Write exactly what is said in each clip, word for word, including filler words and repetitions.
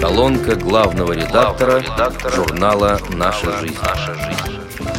Колонка главного редактора, главного редактора журнала «Наша жизнь». «Наша жизнь».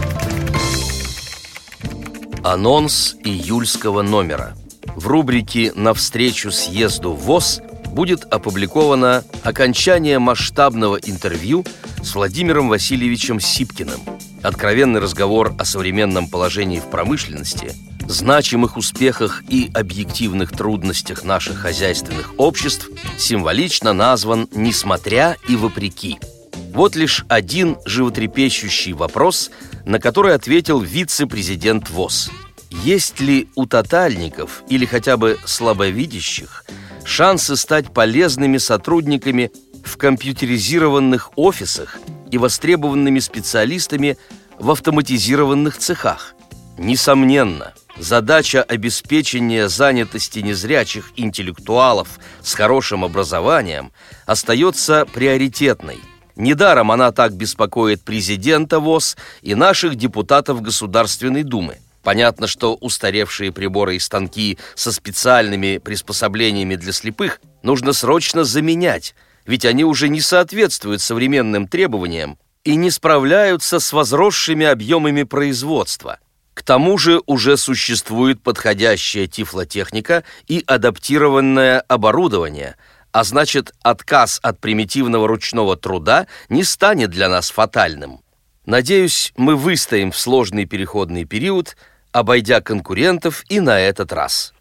Анонс июльского номера. В рубрике «Навстречу съезду ВОС» будет опубликовано окончание масштабного интервью с Владимиром Васильевичем Сипкиным. Откровенный разговор о современном положении в промышленности, значимых успехах и объективных трудностях наших хозяйственных обществ символично назван «Несмотря и вопреки». Вот лишь один животрепещущий вопрос, на который ответил вице-президент ВОС. Есть ли у тотальников или хотя бы слабовидящих шансы стать полезными сотрудниками в компьютеризированных офисах и востребованными специалистами в автоматизированных цехах? Несомненно, задача обеспечения занятости незрячих интеллектуалов с хорошим образованием остается приоритетной. Недаром она так беспокоит президента ВОС и наших депутатов Государственной Думы. Понятно, что устаревшие приборы и станки со специальными приспособлениями для слепых нужно срочно заменять, ведь они уже не соответствуют современным требованиям и не справляются с возросшими объемами производства. К тому же уже существует подходящая тифлотехника и адаптированное оборудование, а значит, отказ от примитивного ручного труда не станет для нас фатальным. Надеюсь, мы выстоим в сложный переходный период, обойдя конкурентов и на этот раз.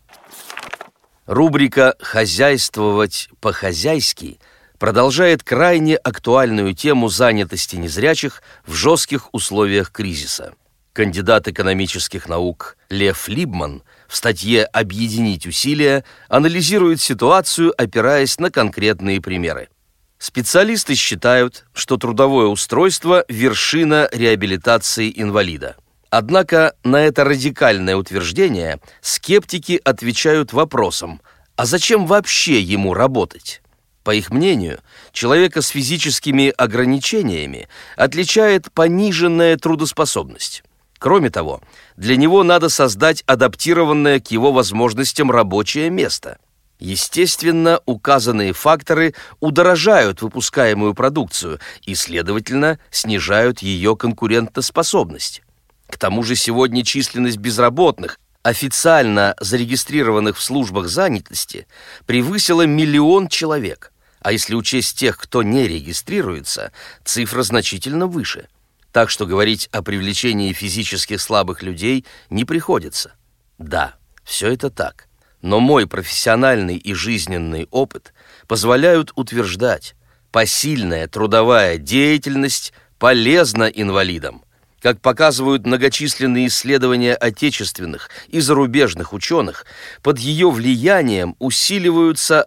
Рубрика «Хозяйствовать по-хозяйски» продолжает крайне актуальную тему занятости незрячих в жестких условиях кризиса. Кандидат экономических наук Лев Либман в статье «Объединить усилия» анализирует ситуацию, опираясь на конкретные примеры. Специалисты считают, что трудовое устройство – вершина реабилитации инвалида. Однако на это радикальное утверждение скептики отвечают вопросом: а зачем вообще ему работать? По их мнению, человека с физическими ограничениями отличает пониженная трудоспособность. Кроме того, для него надо создать адаптированное к его возможностям рабочее место. Естественно, указанные факторы удорожают выпускаемую продукцию и, следовательно, снижают ее конкурентоспособность. К тому же сегодня численность безработных, официально зарегистрированных в службах занятости, превысила миллион человек, а если учесть тех, кто не регистрируется, цифра значительно выше. Так что говорить о привлечении физически слабых людей не приходится. Да, все это так. Но мой профессиональный и жизненный опыт позволяют утверждать: посильная трудовая деятельность полезна инвалидам. Как показывают многочисленные исследования отечественных и зарубежных ученых, под ее влиянием усиливаются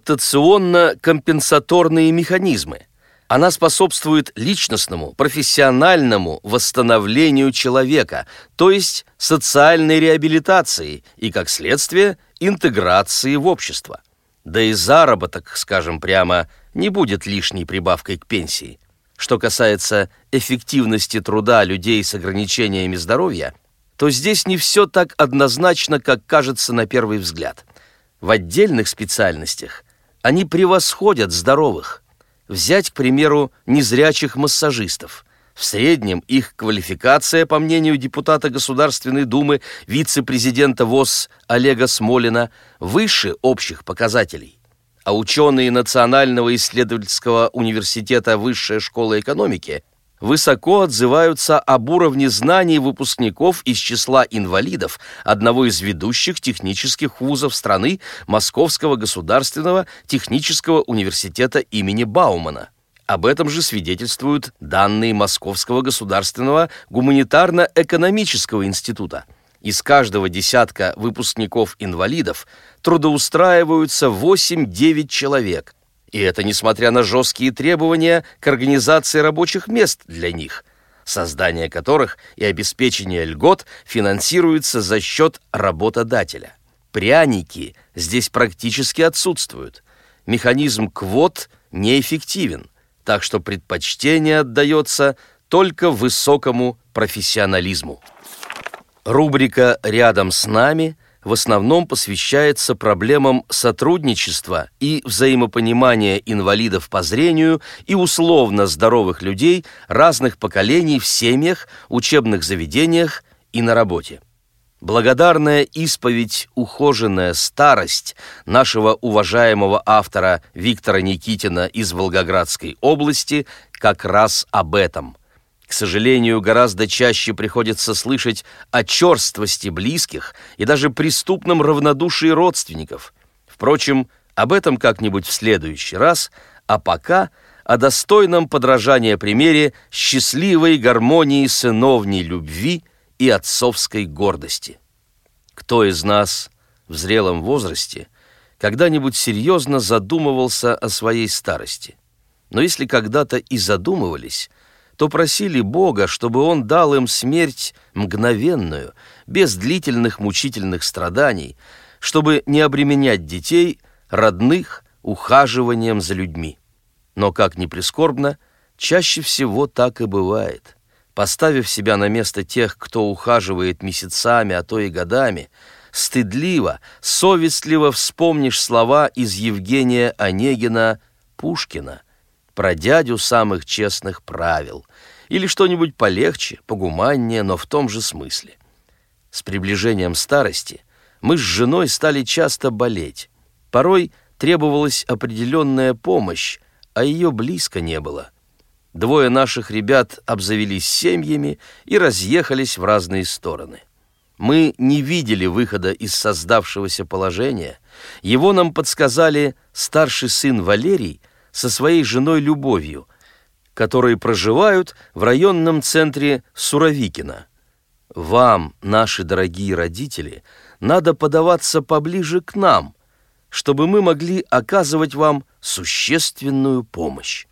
адаптационно-компенсаторные механизмы. Она способствует личностному, профессиональному восстановлению человека, то есть социальной реабилитации и, как следствие, интеграции в общество. Да и заработок, скажем прямо, не будет лишней прибавкой к пенсии. Что касается эффективности труда людей с ограничениями здоровья, то здесь не все так однозначно, как кажется на первый взгляд. В отдельных специальностях они превосходят здоровых. Взять, к примеру, незрячих массажистов. В среднем их квалификация, по мнению депутата Государственной Думы, вице-президента ВОС Олега Смолина, выше общих показателей. А ученые Национального исследовательского университета Высшая школа экономики высоко отзываются об уровне знаний выпускников из числа инвалидов одного из ведущих технических вузов страны Московского государственного технического университета имени Баумана. Об этом же свидетельствуют данные Московского государственного гуманитарно-экономического института. Из каждого десятка выпускников-инвалидов трудоустраиваются восемь-девять человек. И это несмотря на жесткие требования к организации рабочих мест для них, создание которых и обеспечение льгот финансируется за счет работодателя. Пряники здесь практически отсутствуют. Механизм квот неэффективен, так что предпочтение отдается только высокому профессионализму. Рубрика «Рядом с нами» в основном посвящается проблемам сотрудничества и взаимопонимания инвалидов по зрению и условно здоровых людей разных поколений в семьях, учебных заведениях и на работе. Благодарная исповедь «Ухоженная старость» нашего уважаемого автора Виктора Никитина из Волгоградской области как раз об этом. К сожалению, гораздо чаще приходится слышать о черствости близких и даже преступном равнодушии родственников. Впрочем, об этом как-нибудь в следующий раз, а пока о достойном подражания примере счастливой гармонии сыновней любви и отцовской гордости. Кто из нас в зрелом возрасте когда-нибудь серьезно задумывался о своей старости? Но если когда-то и задумывались, то просили Бога, чтобы Он дал им смерть мгновенную, без длительных мучительных страданий, чтобы не обременять детей, родных, ухаживанием за людьми. Но, как ни прискорбно, чаще всего так и бывает. Поставив себя на место тех, кто ухаживает месяцами, а то и годами, стыдливо, совестливо вспомнишь слова из Евгения Онегина «Пушкина» про дядю самых честных правил, или что-нибудь полегче, погуманнее, но в том же смысле. С приближением старости мы с женой стали часто болеть. Порой требовалась определенная помощь, а ее близко не было. Двое наших ребят обзавелись семьями и разъехались в разные стороны. Мы не видели выхода из создавшегося положения. Его нам подсказали старший сын Валерий со своей женой Любовью, которые проживают в районном центре Суровикино. Вам, наши дорогие родители, надо подаваться поближе к нам, чтобы мы могли оказывать вам существенную помощь.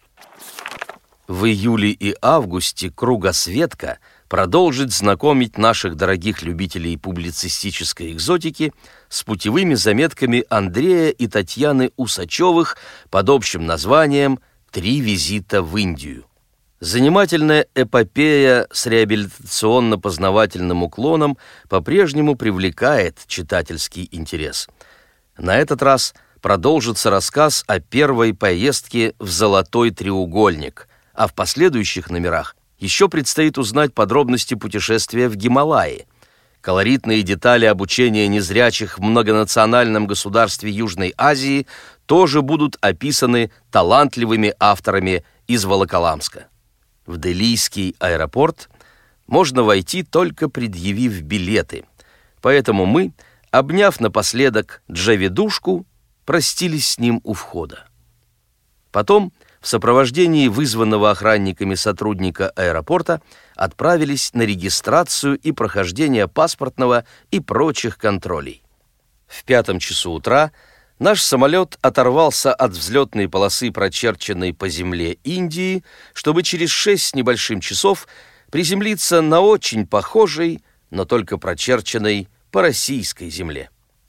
В июле и августе «Кругосветка» продолжит знакомить наших дорогих любителей публицистической экзотики с путевыми заметками Андрея и Татьяны Усачевых под общим названием «Три визита в Индию». Занимательная эпопея с реабилитационно-познавательным уклоном по-прежнему привлекает читательский интерес. На этот раз продолжится рассказ о первой поездке в Золотой треугольник, а в последующих номерах еще предстоит узнать подробности путешествия в Гималаи. Колоритные детали обучения незрячих в многонациональном государстве Южной Азии тоже будут описаны талантливыми авторами из Волоколамска. В Делийский аэропорт можно войти, только предъявив билеты, поэтому мы, обняв напоследок Джаведушку, простились с ним у входа. Потом, в сопровождении вызванного охранниками сотрудника аэропорта, отправились на регистрацию и прохождение паспортного и прочих контролей. В пятом часу утра наш самолет оторвался от взлетной полосы, прочерченной по земле Индии, чтобы через шесть с небольшим часов приземлиться на очень похожей, но только прочерченной по российской земле.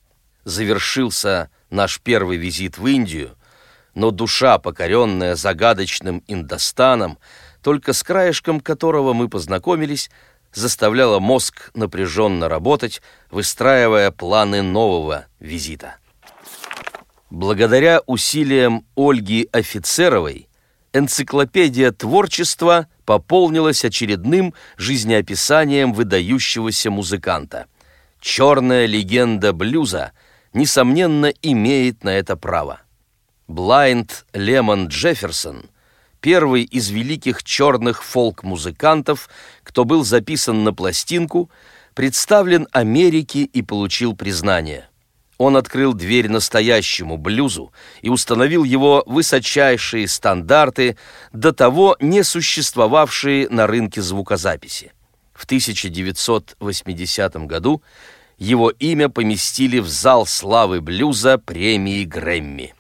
Завершился наш первый визит в Индию, но душа, покоренная загадочным Индостаном, только с краешком которого мы познакомились, заставляла мозг напряженно работать, выстраивая планы нового визита. Благодаря усилиям Ольги Офицеровой энциклопедия творчества пополнилась очередным жизнеописанием выдающегося музыканта. Черная легенда блюза, несомненно, имеет на это право. Блайнд Лемон Джефферсон, первый из великих черных фолк-музыкантов, кто был записан на пластинку, представлен Америке и получил признание. Он открыл дверь настоящему блюзу и установил его высочайшие стандарты, до того не существовавшие на рынке звукозаписи. В тысяча девятьсот восьмидесятом году его имя поместили в зал славы блюза премии Грэмми.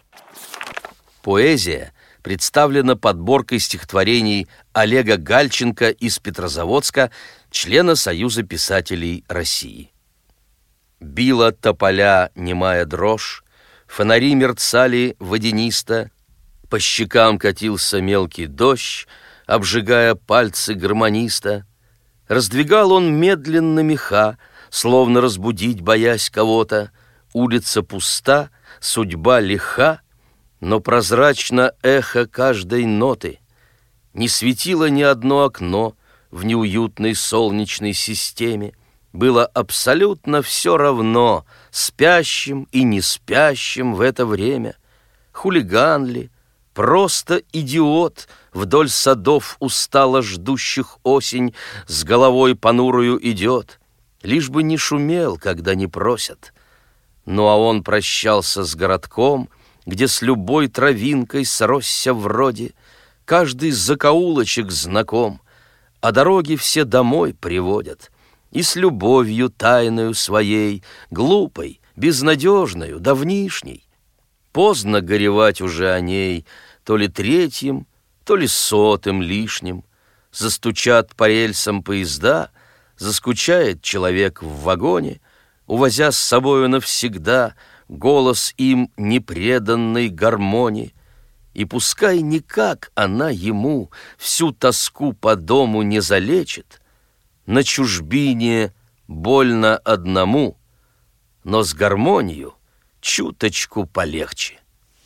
Поэзия представлена подборкой стихотворений Олега Гальченко из Петрозаводска, члена Союза писателей России. Била тополя немая дрожь, фонари мерцали водянисто, по щекам катился мелкий дождь, обжигая пальцы гармониста. Раздвигал он медленно меха, словно разбудить, боясь кого-то. Улица пуста, судьба лиха, но прозрачно эхо каждой ноты. Не светило ни одно окно в неуютной солнечной системе. Было абсолютно все равно, спящим и не спящим в это время. Хулиган ли, просто идиот, вдоль садов устало ждущих осень, с головой понурою идет, лишь бы не шумел, когда не просят. Ну а он прощался с городком, где с любой травинкой сросся вроде, каждый закоулочек знаком, а дороги все домой приводят, и с любовью тайною своей, глупой, безнадежною, давнишней. Поздно горевать уже о ней, то ли третьим, то ли сотым лишним. Застучат по рельсам поезда, заскучает человек в вагоне, увозя с собою навсегда голос им непреданной гармонии. И пускай никак она ему всю тоску по дому не залечит, на чужбине больно одному, но с гармонией чуточку полегче.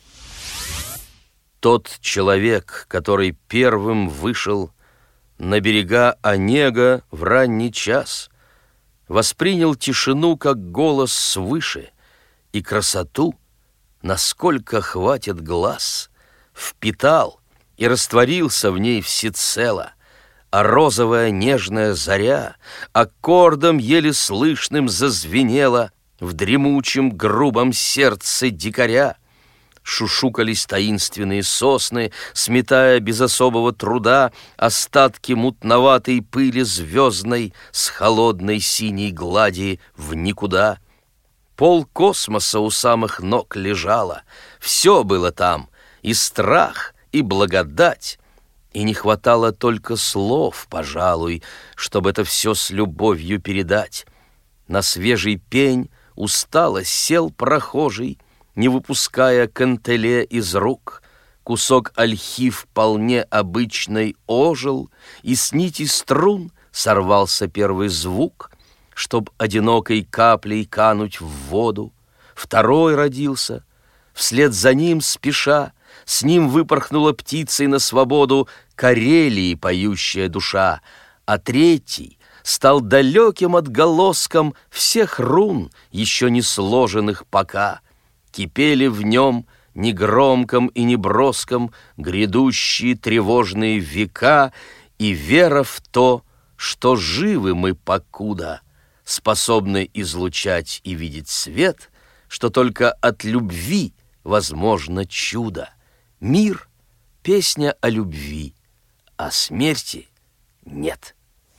Тот человек, который первым вышел на берега Онега в ранний час, воспринял тишину как голос свыше и красоту, насколько хватит глаз, впитал и растворился в ней всецело, а розовая нежная заря аккордом еле слышным зазвенела в дремучем грубом сердце дикаря. Шушукались таинственные сосны, сметая без особого труда остатки мутноватой пыли звездной с холодной синей глади в никуда. Пол космоса у самых ног лежало, все было там, и страх, и благодать, и не хватало только слов, пожалуй, чтобы это все с любовью передать. На свежий пень устало сел прохожий, не выпуская кантеле из рук. Кусок ольхи вполне обычной ожил, и с нити струн сорвался первый звук, чтоб одинокой каплей кануть в воду. Второй родился, вслед за ним спеша, с ним выпорхнула птицей на свободу Карелии поющая душа, а третий стал далеким отголоском всех рун, еще не сложенных пока. Кипели в нем негромком и неброском грядущие тревожные века и вера в то, что живы мы покуда, способны излучать и видеть свет, что только от любви возможно чудо. Мир — песня о любви, а смерти нет.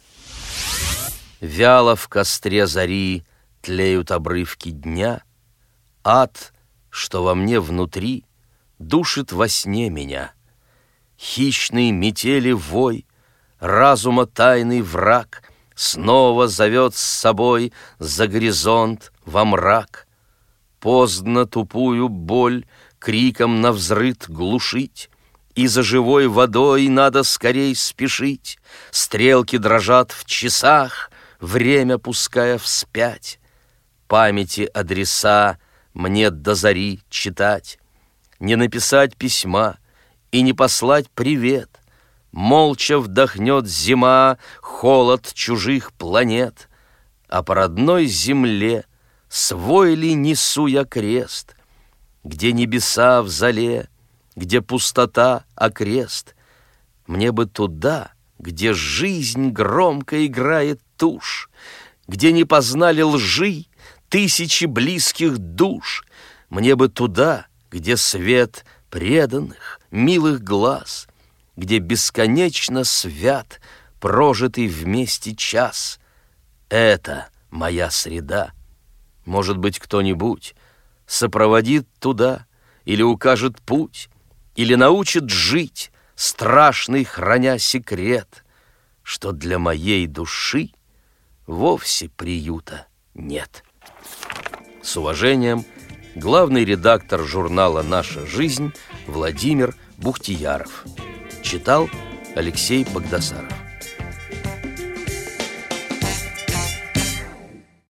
Вяло в костре зари тлеют обрывки дня, ад, что во мне внутри, душит во сне меня. Хищный метели вой, разума тайный враг снова зовет с собой за горизонт во мрак. Поздно тупую боль криком навзрыд глушить, и за живой водой надо скорей спешить. Стрелки дрожат в часах, время пуская вспять. Памяти адреса мне до зари читать, не написать письма и не послать привет. Молча вдохнет зима холод чужих планет, а по родной земле свой ли несу я крест, где небеса в зале, где пустота окрест. Мне бы туда, где жизнь громко играет тушь, где не познали лжи тысячи близких душ. Мне бы туда, где свет преданных, милых глаз, где бесконечно свят прожитый вместе час. Это моя среда. Может быть, кто-нибудь сопроводит туда или укажет путь, или научит жить, страшный храня секрет, что для моей души вовсе приюта нет. С уважением, главный редактор журнала «Наша жизнь» Владимир Бухтияров. Читал Алексей Багдасаров.